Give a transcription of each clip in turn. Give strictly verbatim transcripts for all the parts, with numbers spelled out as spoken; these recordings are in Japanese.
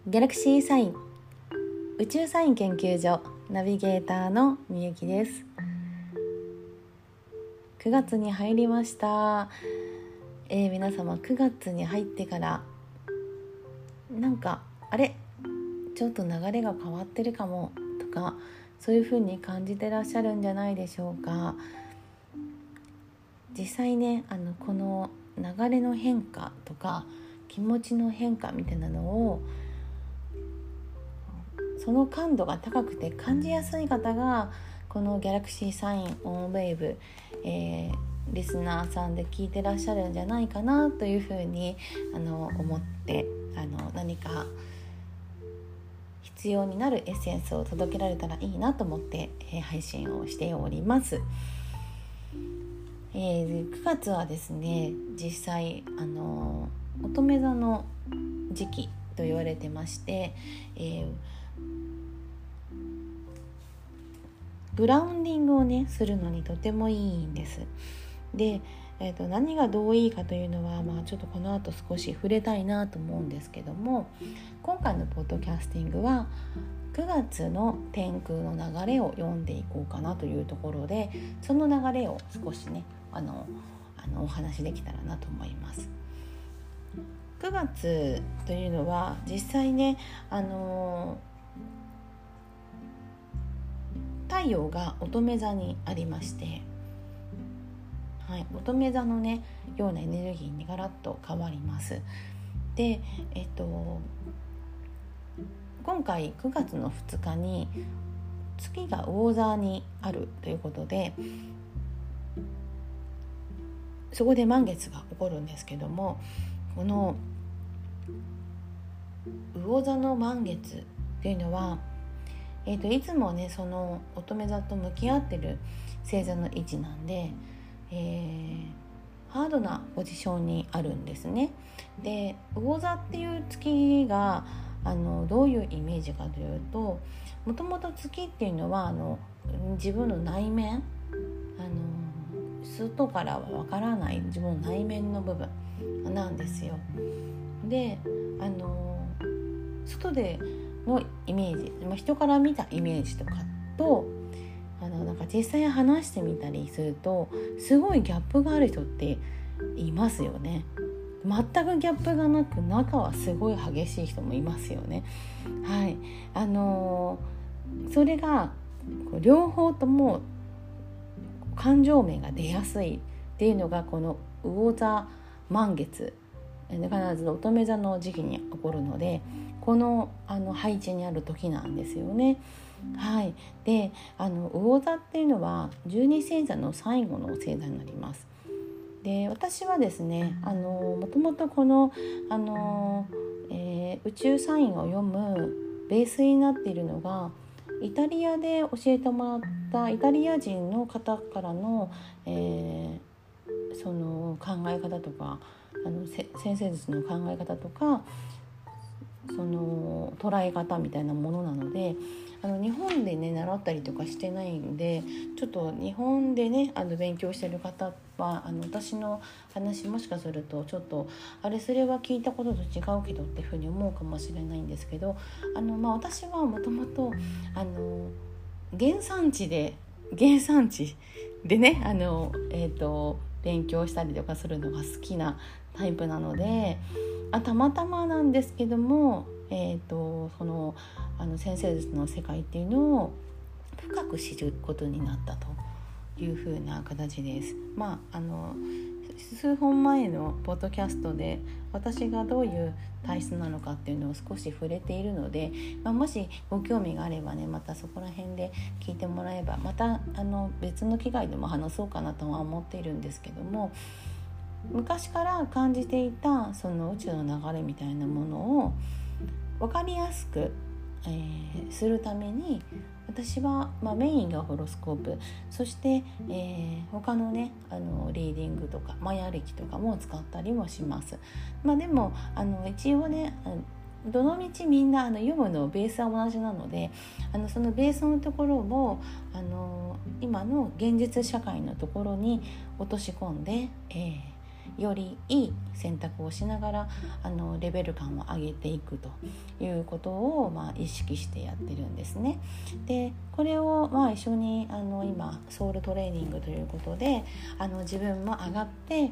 ギャラクシーサイン宇宙サイン研究所ナビゲーターのみゆきです。くがつに入りました、えー、皆様くがつに入ってからなんかあれちょっと流れが変わってるかもとか、そういう風に感じてらっしゃるんじゃないでしょうか。実際ね、あのこの流れの変化とか気持ちの変化みたいなのを、その感度が高くて感じやすい方がこのギャラクシーサインオンウェーブ、えー、リスナーさんで聞いてらっしゃるんじゃないかなというふうにあの思ってあの何か必要になるエッセンスを届けられたらいいなと思って、えー、配信をしております。えー、くがつはですね、実際あの乙女座の時期と言われてまして、えーグラウンディングをねするのにとてもいいんです。で、えーと、何がどういいかというのは、まあ、ちょっとこの後少し触れたいなと思うんですけども、今回のポッドキャスティングはくがつの天空の流れを読んでいこうかなというところで、その流れを少しねあのあのお話できたらなと思います。くがつというのは実際ねあの太陽が乙女座にありまして、はい、乙女座のねようなエネルギーにガラッと変わります。で、えっと今回くがつのふつかに月が魚座にあるということで、そこで満月が起こるんですけども、この魚座の満月というのはえー、といつもねその乙女座と向き合ってる星座の位置なんで、えー、ハードなポジションにあるんですね。で、魚座っていう月があのどういうイメージかというと、もともと月っていうのはあの自分の内面、あの外からはわからない自分の内面の部分なんですよ。で、あの外でのイメージ、人から見たイメージとかとあのなんか実際話してみたりするとすごいギャップがある人っていますよね。全くギャップがなく中はすごい激しい人もいますよね。はい、あのー、それが両方とも感情面が出やすいっていうのがこの魚座満月、必ず乙女座の時期に起こるので、この、あの配置にある時なんですよね。はい、であの魚座っていうのはじゅうに星座の最後の星座になります。で、私はですねあのもともとこのあの、えー、宇宙サインを読むベースになっているのがイタリアで教えてもらったイタリア人の方からの、えー、その考え方とかあの先生術の考え方とかその捉え方みたいなものなので、あの日本でね習ったりとかしてないんで、ちょっと日本でねあの勉強してる方はあの私の話もしかするとちょっとあれそれは聞いたことと違うけどっていうふうに思うかもしれないんですけど、あの、まあ、私はもともとあの原産地で原産地でねあの、えーと、勉強したりとかするのが好きなタイプなので、あたまたまなんですけども、えーと、そのあの先生術の世界っていうのを深く知ることになったというふうな形です。まああの数本前のポッドキャストで私がどういう体質なのかっていうのを少し触れているので、まあ、もしご興味があればねまたそこら辺で聞いてもらえば、またあの別の機会でも話そうかなとは思っているんですけども、昔から感じていたその宇宙の流れみたいなものを分かりやすく、えー、するために私は、まあ、メインがホロスコープ、そして、えー、他のねあのリーディングとかマヤ暦とかも使ったりもします。まあ、でもあの一応ねどの道みんなあの読むのベースは同じなので、あのそのベースのところをあの今の現実社会のところに落とし込んで、えーよりいい選択をしながらあのレベル感を上げていくということを、まあ、意識してやってるんですね。でこれを、まあ、一緒にあの今ソウルトレーニングということであの自分も上がって、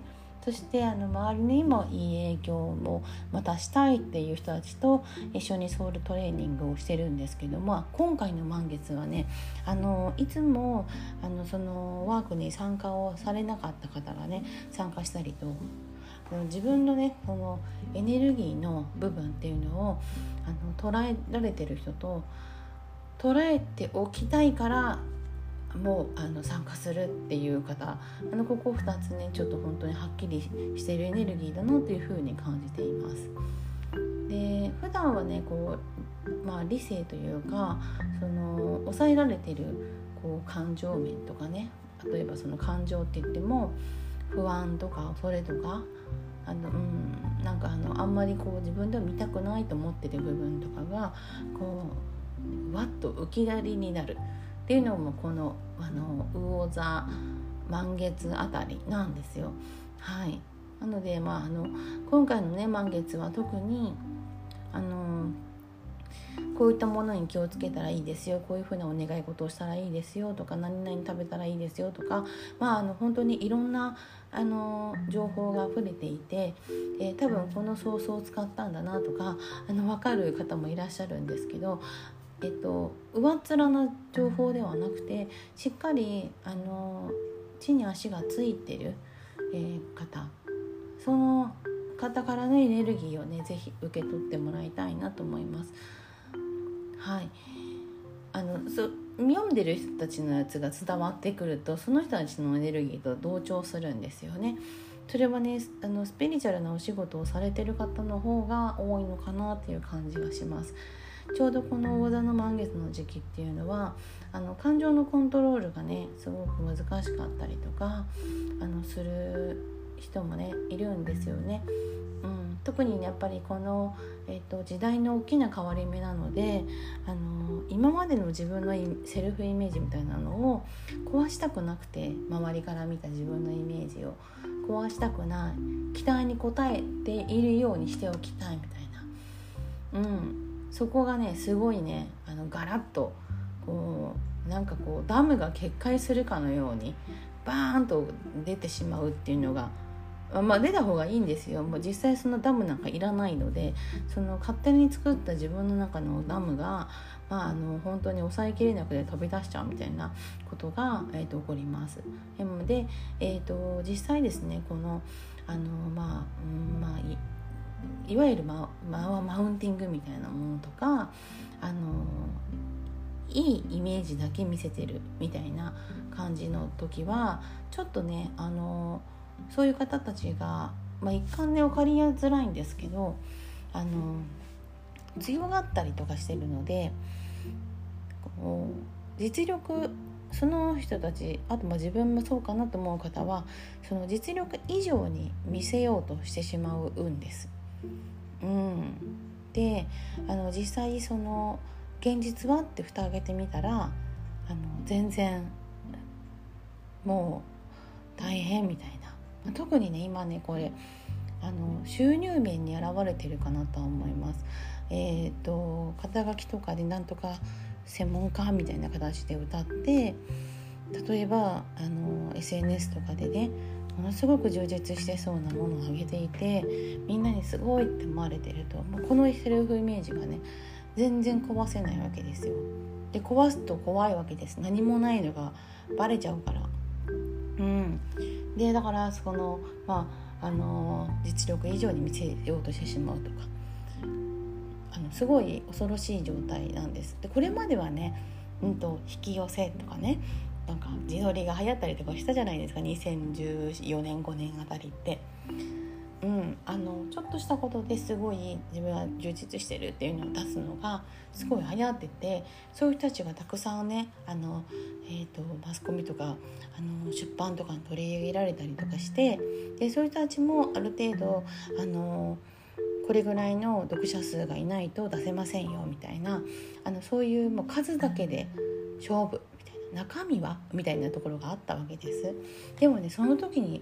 そしてあの周りにもいい影響をまたしたいっていう人たちと一緒にソウルトレーニングをしてるんですけども、今回の満月はねあのいつもあのそのワークに参加をされなかった方がね参加したりと、自分のねこのエネルギーの部分っていうのをあの捉えられてる人と、捉えておきたいからもうあの参加するっていう方、あのここふたつねちょっと本当にはっきりしているエネルギーだなというふうに感じています。で普段はねこう、まあ、理性というかその抑えられているこう感情面とかね、例えばその感情って言っても不安とか恐れとかあの、うん、なんかあのあんまりこう自分では見たくないと思ってる部分とかがこうわっと浮きだりになるっていうのもこのあの魚座満月あたりなんですよ。はい。なので、まあ、あの今回のね満月は特にあのこういったものに気をつけたらいいですよ、こういうふうなお願い事をしたらいいですよとか、何々食べたらいいですよとか、まあ、あの本当にいろんなあの情報が溢れていて、えー、多分このソースを使ったんだなとかあの分かる方もいらっしゃるんですけど、えっと、上っ面な情報ではなくてしっかりあの地に足がついてる、えー、方、その方からのエネルギーをねぜひ受け取ってもらいたいなと思います。はい、あのそ読んでる人たちのやつが伝わってくるとその人たちのエネルギーと同調するんですよね。それはねあのスピリチュアルなお仕事をされてる方の方が多いのかなっていう感じがします。ちょうどこの魚座の満月の時期っていうのはあの感情のコントロールがねすごく難しかったりとかあのする人もねいるんですよね。うん、特に、ね、やっぱりこの、えーと、時代の大きな変わり目なのであの今までの自分のセルフイメージみたいなのを壊したくなくて、周りから見た自分のイメージを壊したくない、期待に応えているようにしておきたいみたいな、うん、そこがねすごいねあのガラッとこうなんかこうダムが決壊するかのようにバーンと出てしまうっていうのが、まあ、出た方がいいんですよ。もう実際そのダムなんかいらないので、その勝手に作った自分の中のダムが、まあ、あの本当に抑えきれなくて飛び出しちゃうみたいなことが、えー、と起こります。で、えー、と実際ですねこのあの、まあうんまあ、い, いわゆるマ, マ, マウンティングみたいなものとかあのいいイメージだけ見せてるみたいな感じの時はちょっとねあのそういう方たちが、まあ、一貫で分かりづらいんですけどあの強がったりとかしてるのでこう実力その人たちあとまあ自分もそうかなと思う方はその実力以上に見せようとしてしまうんです、うん、であの実際その現実はって蓋を開けてみたらあの全然もう大変みたいな、特にね今ねこれあの収入面に現れてるかなとは思います。えーと肩書きとかでなんとか専門家みたいな形で歌って例えばあの エスエヌエス とかでねものすごく充実してそうなものを上げていてみんなにすごいって思われてるともうこのセルフイメージがね全然壊せないわけですよ。で壊すと怖いわけです。何もないのがバレちゃうから、うん、でだからその、まあ、あの実力以上に見せようとしてしまうとかあのすごい恐ろしい状態なんです。でこれまではね、うん、と引き寄せとかねなんか自撮りが流行ったりとかしたじゃないですかにせんじゅうよねんごねんあたりって、うん、あのちょっとしたことですごい自分は充実してるっていうのを出すのがすごい流行っててそういう人たちがたくさんねあの、えーと、マスコミとかあの出版とかに取り上げられたりとかしてでそういう人たちもある程度あのこれぐらいの読者数がいないと出せませんよみたいなあのそういうもう数だけで勝負みたいな中身はみたいなところがあったわけです。でもねその時に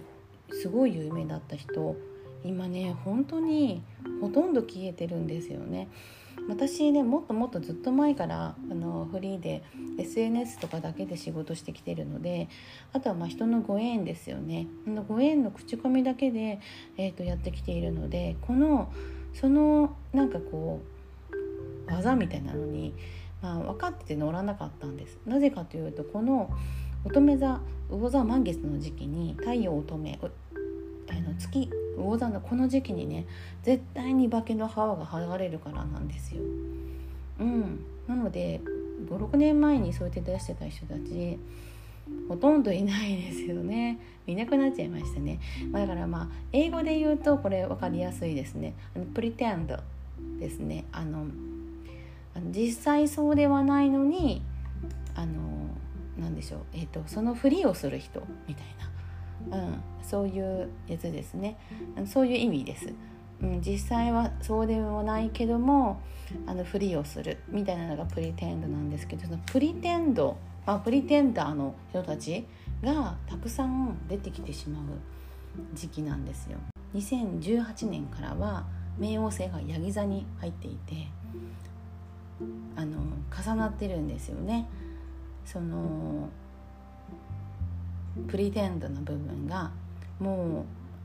すごい有名だった人、今ね本当にほとんど消えてるんですよね。私ねもっともっとずっと前からあのフリーで エスエヌエス とかだけで仕事してきてるので、あとはまあ人のご縁ですよね。ご縁の口コミだけで、えー、とやってきているので、このそのなんかこう技みたいなのに、まあ、分かってて乗らなかったんです。なぜかというと、この乙女座魚座満月の時期に太陽乙女あの月魚座のこの時期にね絶対に化けの皮が剥がれるからなんですよ。うん、なのでごろくねんまえにそうやって出してた人たちほとんどいないですよね。いなくなっちゃいましたね。まあ、だからまあ英語で言うとこれ分かりやすいですね。あのプリテンドですね。あの実際そうではないのにあのなんでしょう、えーと、そのふりをする人みたいな、うん、そういうやつですね。そういう意味です。うん、実際はそうでもないけどもあのふりをするみたいなのがプリテンドなんですけど、そのプリテンド、まあ、プリテンダーの人たちがたくさん出てきてしまう時期なんですよ。にせんじゅうはちねんからは冥王星がヤギ座に入っていてあの重なってるんですよね。そのプリテンドの部分がも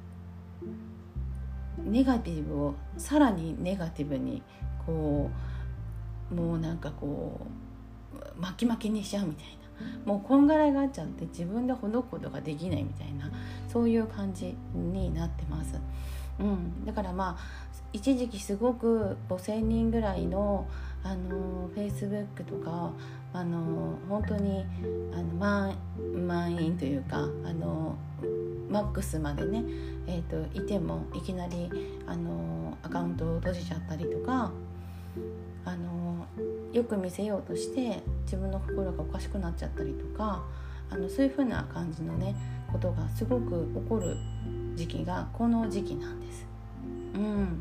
うネガティブをさらにネガティブにこうもうなんかこう巻き巻きにしちゃうみたいな、もうこんがらがっちゃって自分でほどくことができないみたいな、そういう感じになってます。うん、だからまあ一時期すごくごせんにんぐらいのあの Facebook とかあの本当にあの満満員というかあのマックスまでね、えーと、いてもいきなりあのアカウントを閉じちゃったりとか、あのよく見せようとして自分の心がおかしくなっちゃったりとか、あのそういう風な感じのねことがすごく起こる時期がこの時期なんです。うん、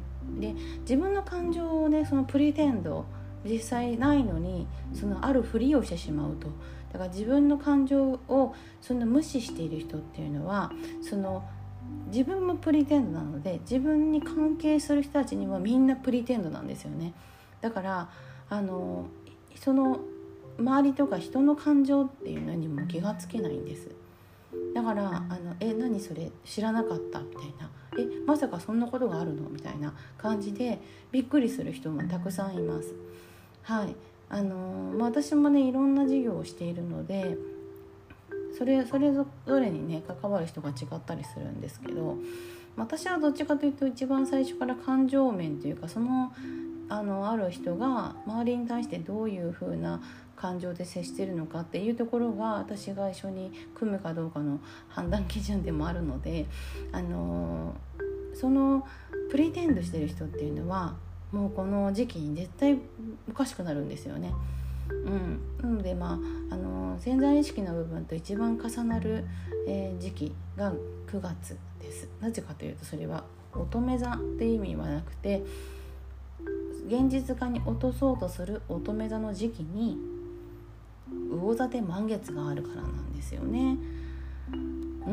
で自分の感情をねそのプリテンド実際ないのにそのあるふりをしてしまうと、だから自分の感情をその無視している人っていうのはその自分もプリテンドなので自分に関係する人たちにもみんなプリテンドなんですよね。だからあのその周りとか人の感情っていうのにも気がつけないんです。だからあのえ何それ知らなかったみたいな、えまさかそんなことがあるのみたいな感じでびっくりする人もたくさんいます。はい、あのーまあ、私もねいろんな授業をしているのでそれそれぞれにね関わる人が違ったりするんですけど、私はどっちかというと一番最初から感情面というかその あのある人が周りに対してどういう風な感情で接しているのかっていうところが私が一緒に組むかどうかの判断基準でもあるので、あのー、そのプリテンドしてる人っていうのはもうこの時期に絶対おかしくなるんですよね。うん、なので、まあ、あの潜在意識の部分と一番重なる、えー、時期がくがつです。なぜかというとそれは乙女座っていう意味はなくて現実化に落とそうとする乙女座の時期に魚座で満月があるからなんですよね。うん、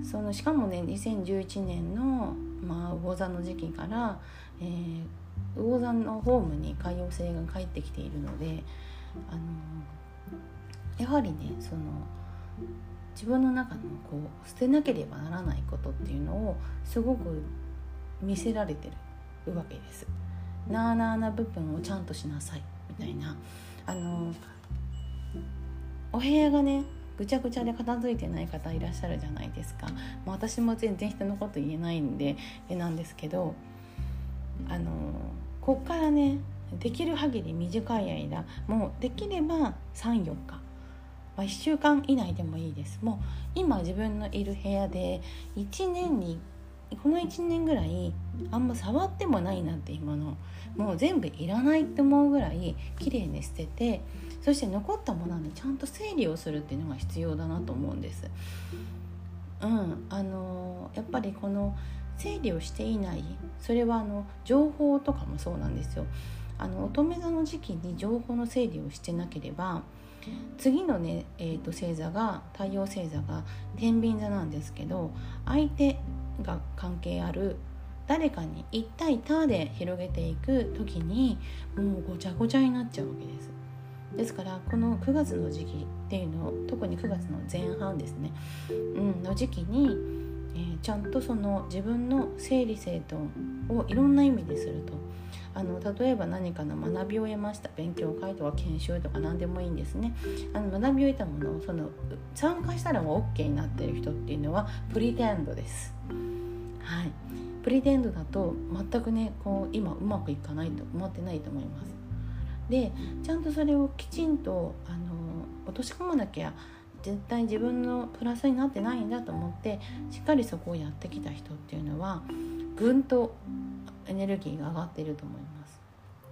そのしかもねにせんじゅういちねんの、まあ、魚座の時期から、えー魚座のホームに海王星が帰ってきているので、あのやはりねその自分の中のこう捨てなければならないことっていうのをすごく見せられてるわけです。なあなあな部分をちゃんとしなさいみたいな、あのお部屋がねぐちゃぐちゃで片付いてない方いらっしゃるじゃないですか。まあ、私も全然人のこと言えないんでなんですけど、あのこっからねできる限り短い間、もうできれば さん,よっか、まあ、いっしゅうかん以内でもいいです。もう今自分のいる部屋でいちねんにこのいちねんぐらいあんま触ってもないなっていうものもう全部いらないって思うぐらいきれいに捨てて、そして残ったものにちゃんと整理をするっていうのが必要だなと思うんです。うん、あのやっぱりこの整理をしていない、それはあの情報とかもそうなんですよ。あの乙女座の時期に情報の整理をしてなければ次のね、えーと、星座が太陽星座が天秤座なんですけど、相手が関係ある誰かにいち対多で広げていく時にもうごちゃごちゃになっちゃうわけです。ですからこのくがつの時期っていうのを、特にくがつの前半ですね、うん、の時期に、えー、ちゃんとその自分の整理整頓をいろんな意味ですると、あの例えば何かの学びを得ました、勉強会とか研修とか何でもいいんですね。あの学びを得たものをその参加したらもう OK になっている人っていうのはプリテンドです。はい、プリテンドだと全くねこう今うまくいかないと思ってないと思います。でちゃんとそれをきちんとあの落とし込まなきゃ絶対自分のプラスになってないんだと思ってしっかりそこをやってきた人っていうのはぐんとエネルギーが上がっていると思います。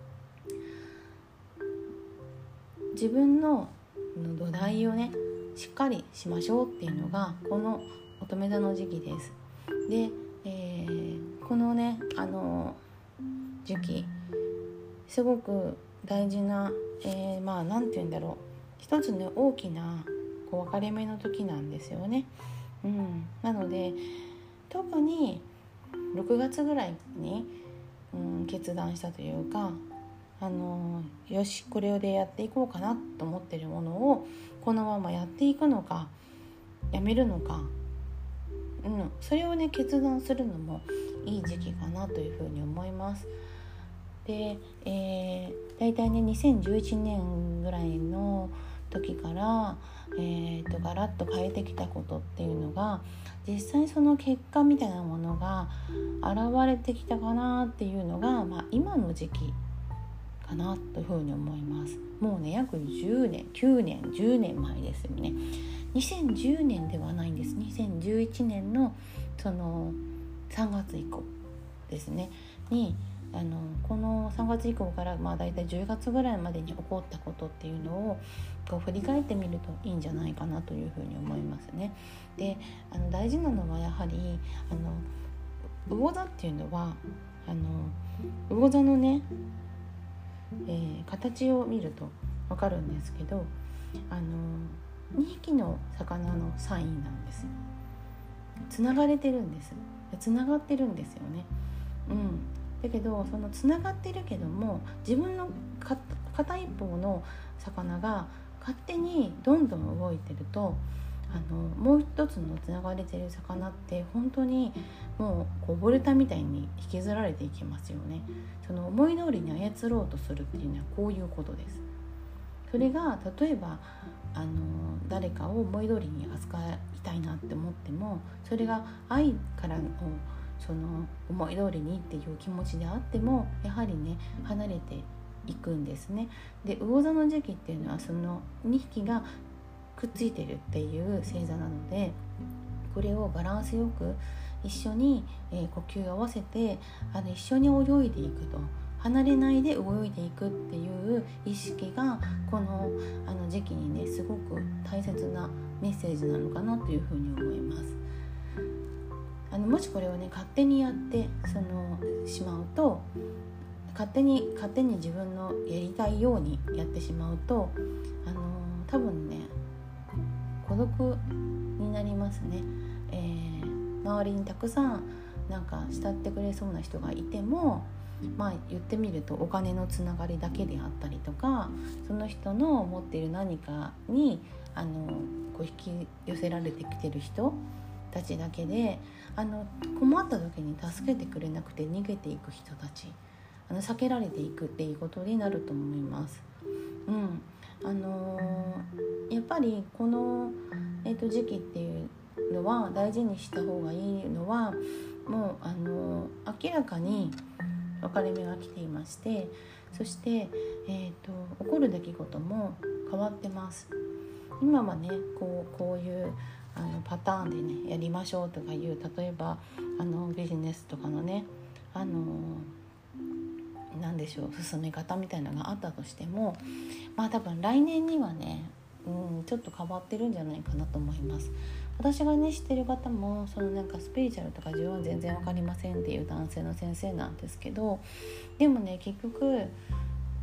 自分の土台をねしっかりしましょうっていうのがこの乙女座の時期です。で、えー、このねあの時期すごく大事な、えー、まあなんて言うんだろう、一つね大きなこう分かれ目の時なんですよね。うん、なので特にろくがつぐらいに、うん、決断したというか、あのよしこれでやっていこうかなと思っているものをこのままやっていくのかやめるのか、うん、それをね決断するのもいい時期かなというふうに思います。で、えー、だいたいねにせんじゅういちねんぐらいの時から、えー、とガラッと変えてきたことっていうのが実際その結果みたいなものが現れてきたかなっていうのが、まあ、今の時期かなというふうに思います。もうね約じゅうねんきゅうねんじゅうねんまえですよね。にせんじゅうねんではないんです。にせんじゅういちねんのそのさんがつ以降ですねにあのこのさんがつ以降から、まあ、だいたいじゅうがつぐらいまでに起こったことっていうのをこう振り返ってみるといいんじゃないかなというふうに思いますね。であの大事なのはやはりあの魚座っていうのはあの魚座のね、えー、形を見ると分かるんですけど、あのにひきの魚のサインなんです。つながれてるんですつながってるんですよね。うんだけどそのつながってるけども自分の片一方の魚が勝手にどんどん動いてるとあのもう一つのつながれてる魚って本当にもうこうボルタみたいに引きずられていきますよね。その思い通りに操ろうとするっていうのはこういうことです。それが例えばあの誰かを思い通りに扱いたいなって思ってもそれが愛からのその思い通りにっていう気持ちであってもやはりね離れていくんですね。で魚座の時期っていうのはそのにひきがくっついてるっていう星座なので、これをバランスよく一緒に、えー、呼吸を合わせてあの一緒に泳いでいくと、離れないで泳いでいくっていう意識がこの、あの時期にねすごく大切なメッセージなのかなというふうに思います。あのもしこれをね勝手にやってそのしまうと勝手に勝手に自分のやりたいようにやってしまうとあの多分ね孤独になりますね。えー、周りにたくさんなんか慕ってくれそうな人がいてもまあ言ってみるとお金のつながりだけであったりとかその人の持っている何かにあのこう引き寄せられてきてる人たちだけであの困った時に助けてくれなくて逃げていく人たちあの避けられていくっていうことになると思います。うんあのー、やっぱりこの、えーと、時期っていうのは大事にした方がいいのはもう、あのー、明らかに分かれ目が来ていましてそして、えーと、起こる出来事も変わってます。今はねこう、こういうあのパターンでねやりましょうとかいう例えばあのビジネスとかのねあのなんでしょう進め方みたいなのがあったとしてもまあ多分来年にはね、うん、ちょっと変わってるんじゃないかなと思います。私がね知ってる方もそのなんかスピリチュアルとか自分は全然わかりませんっていう男性の先生なんですけどでもね結局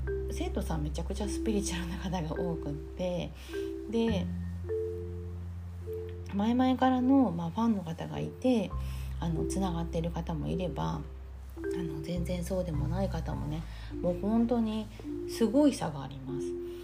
生徒さんめちゃくちゃスピリチュアルな方が多くって、で前々からの、まあ、ファンの方がいてあのつながっている方もいれば、あの全然そうでもない方もね、もう本当にすごい差があります。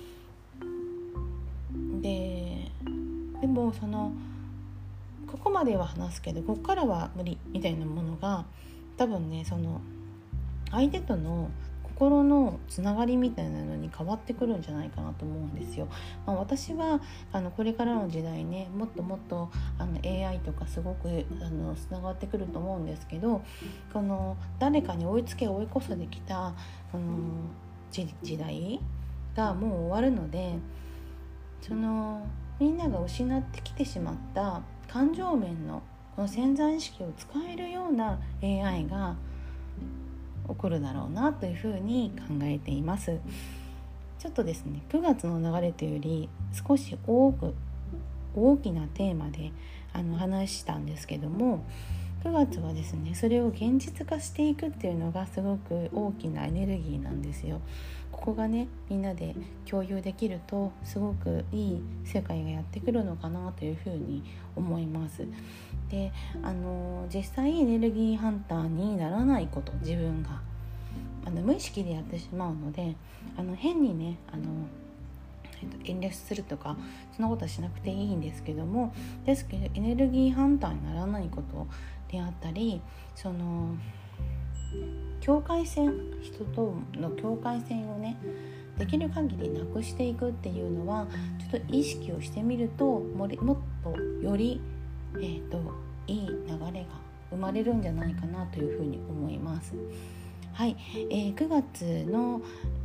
ででもそのここまでは話すけどここからは無理みたいなものが多分ね、その相手との心のつながりみたいなのに変わってくるんじゃないかなと思うんですよ。まあ、私はあのこれからの時代ね、もっともっとあの エーアイ とかすごくあのつながってくると思うんですけど、この誰かに追いつけ追い越せできたその時代がもう終わるので、そのみんなが失ってきてしまった感情面のこの潜在意識を使えるような エーアイ が起こるだろうなというふうに考えています。ちょっとですね、くがつの流れというより少し多く大きなテーマであの話したんですけども、くがつはですね、それを現実化していくっていうのがすごく大きなエネルギーなんですよ。ここがね、みんなで共有できるとすごくいい世界がやってくるのかなというふうに思います。で、あの実際エネルギーハンターにならないこと、自分があの無意識でやってしまうので、あの変にねあの遠慮するとかそんなことはしなくていいんですけども、ですけどエネルギーハンターにならないことであったり、その境界線、人との境界線をねできる限りなくしていくっていうのはちょっと意識をしてみると、もりもっとより、えーと、いい流れが生まれるんじゃないかなというふうに思います。はい、えー、くがつの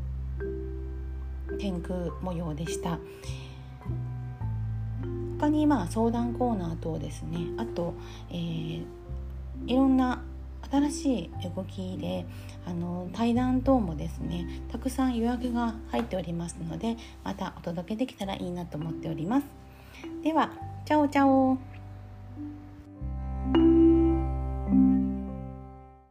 天空模様でした。他にまあ相談コーナー等ですね、あと、えー、いろんな新しい動きであの対談等もですね、たくさん予約が入っておりますので、またお届けできたらいいなと思っております。では、チャオチャオ。